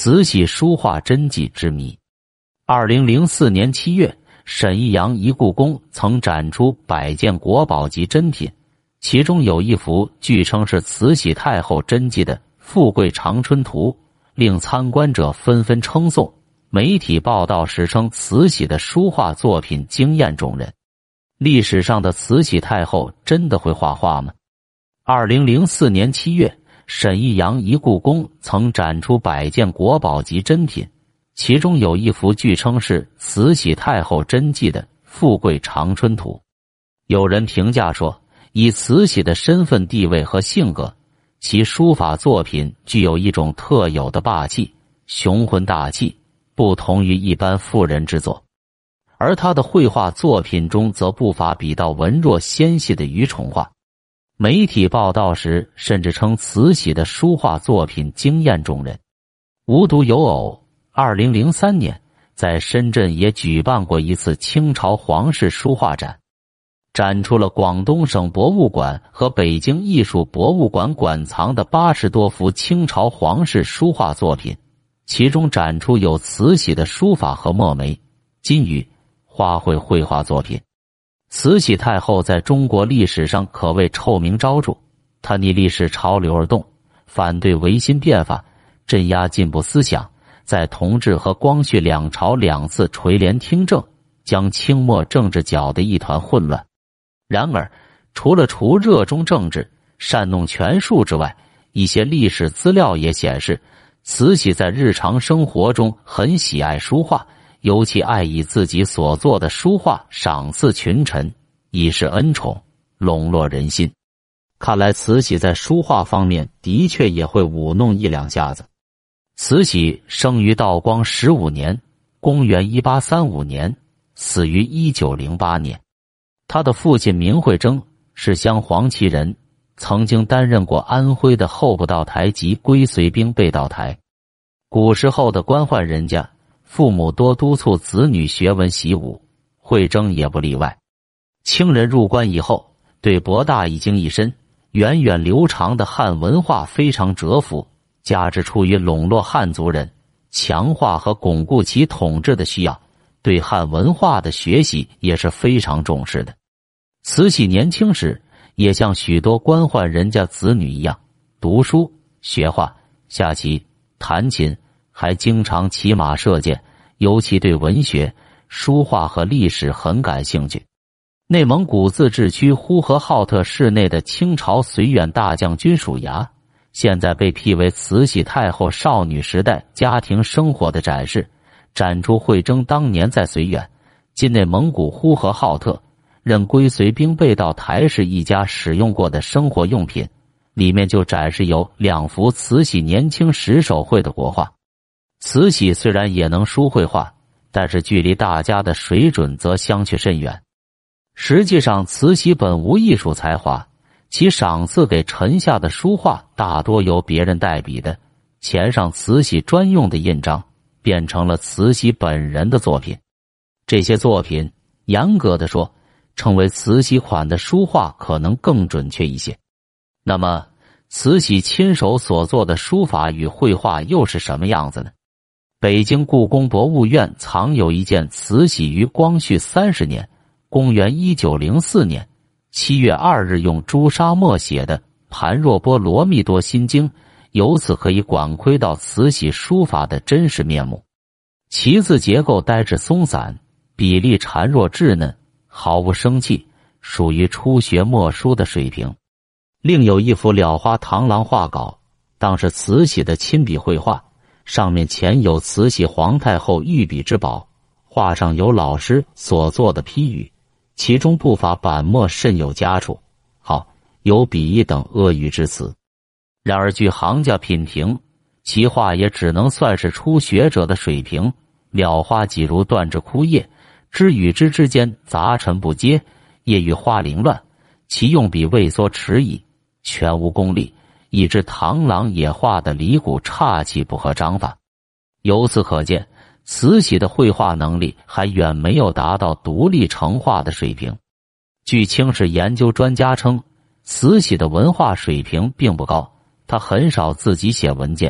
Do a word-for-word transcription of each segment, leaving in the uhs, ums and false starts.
慈禧书画真迹之谜。二零零四年七月，沈益阳一故宫曾展出百件国宝级珍品，其中有一幅据称是慈禧太后真迹的《富贵长春图》，令参观者纷纷称颂。媒体报道时称慈禧的书画作品惊艳众人。历史上的慈禧太后真的会画画吗？二零零四年七月，沈益阳一故宫曾展出百件国宝级珍品，其中有一幅据称是慈禧太后真迹的《富贵长春图》。有人评价说，以慈禧的身份地位和性格，其书法作品具有一种特有的霸气、雄浑大气，不同于一般妇人之作。而他的绘画作品中则不乏笔道文弱纤细的鱼虫画。媒体报道时甚至称慈禧的书画作品惊艳众人。无独有偶，二零零三年在深圳也举办过一次清朝皇室书画展，展出了广东省博物馆和北京艺术博物馆馆藏的八十多幅清朝皇室书画作品，其中展出有慈禧的书法和墨梅、金鱼、花卉绘画作品。慈禧太后在中国历史上可谓臭名昭著，她逆历史潮流而动，反对维新变法，镇压进步思想，在同治和光绪两朝两次垂帘听政，将清末政治搅得一团混乱。然而，除了除热衷政治、煽弄权术之外，一些历史资料也显示，慈禧在日常生活中很喜爱书画，尤其爱以自己所作的书画赏赐群臣，以示恩宠，笼络人心。看来慈禧在书画方面的确也会舞弄一两下子。慈禧生于道光十五年，公元一八三五年，死于一九零八年。他的父亲明惠征是镶黄旗人，曾经担任过安徽的候补道台及归绥兵备道台。古时候的官宦人家，父母多督促子女学文习武，惠征也不例外。清人入关以后，对博大一经一深、源远流长的汉文化非常折服，加之出于笼络汉族人、强化和巩固其统治的需要，对汉文化的学习也是非常重视的。慈禧年轻时也像许多官宦人家子女一样，读书、学画、下棋、弹琴，还经常骑马射箭，尤其对文学、书画和历史很感兴趣。内蒙古自治区呼和浩特市内的清朝绥远大将军署衙，现在被辟为慈禧太后少女时代家庭生活的展示，展出惠征当年在绥远（今内蒙古呼和浩特）任归绥兵备道台时一家使用过的生活用品，里面就展示有两幅慈禧年轻时手绘的国画。慈禧虽然也能书绘画，但是距离大家的水准则相去甚远。实际上，慈禧本无艺术才华，其赏赐给臣下的书画大多由别人代笔的，钱上慈禧专用的印章变成了慈禧本人的作品。这些作品，严格的说，称为慈禧款的书画可能更准确一些。那么，慈禧亲手所做的书法与绘画又是什么样子呢？北京故宫博物院藏有一件慈禧于光绪三十年（公元一九零四年）七月二日用朱砂墨写的《盘若波罗蜜多心经》，由此可以管窥到慈禧书法的真实面目。其字结构呆滞松散，笔力孱弱稚嫩，毫无生气，属于初学墨书的水平。另有一幅了花螳螂画稿，当是慈禧的亲笔绘画，上面前有慈禧皇太后御笔之宝，画上有老师所做的批语，其中不乏版墨甚有佳处，好，有笔意等阿谀之词。然而据行家品评，其画也只能算是初学者的水平，了花几如断枝枯叶，枝与枝之间杂陈不接，叶与花凌乱，其用笔畏缩迟疑，全无功力，以致螳螂也画的离骨岔气，不合章法。由此可见，慈禧的绘画能力还远没有达到独立成画的水平。据清史研究专家称，慈禧的文化水平并不高，她很少自己写文件，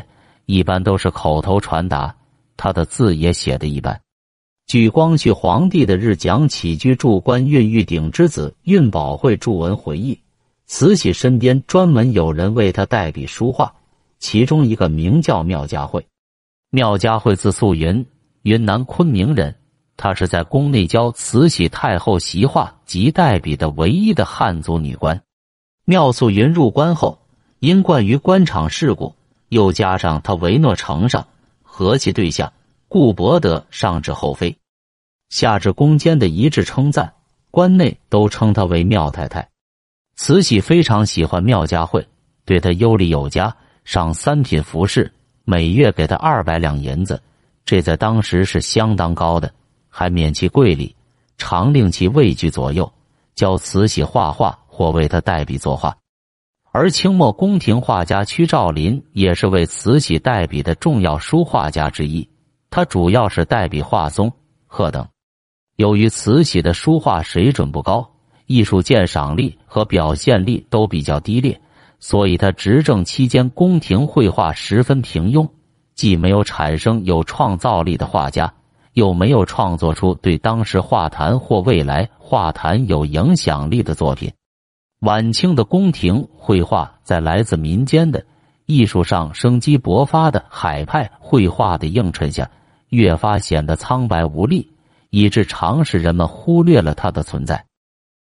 一般都是口头传达，他的字也写得一般。据光绪皇帝的日讲起居注官运玉鼎之子运宝会注文回忆，慈禧身边专门有人为他代笔书画，其中一个名叫妙家慧。妙家慧字素云，云南昆明人，她是在宫内教慈禧太后习画及代笔的唯一的汉族女官。妙素云入关后，因惯于官场事故，又加上她唯诺呈上，和气对象，故博得上至后妃，下至宫监的一致称赞，关内都称她为妙太太。慈禧非常喜欢妙家慧，对她优礼有加，赏三品服饰，每月给她二百两银子，这在当时是相当高的，还免其贵礼，常令其位居左右，教慈禧画画或为她代笔作画。而清末宫廷画家屈兆麟也是为慈禧代笔的重要书画家之一，他主要是代笔画松、鹤等。由于慈禧的书画水准不高，艺术鉴赏力和表现力都比较低劣，所以他执政期间宫廷绘画十分平庸，既没有产生有创造力的画家，又没有创作出对当时画坛或未来画坛有影响力的作品。晚清的宫廷绘画在来自民间的艺术上生机勃发的海派绘画的映衬下，越发显得苍白无力，以致常使人们忽略了它的存在。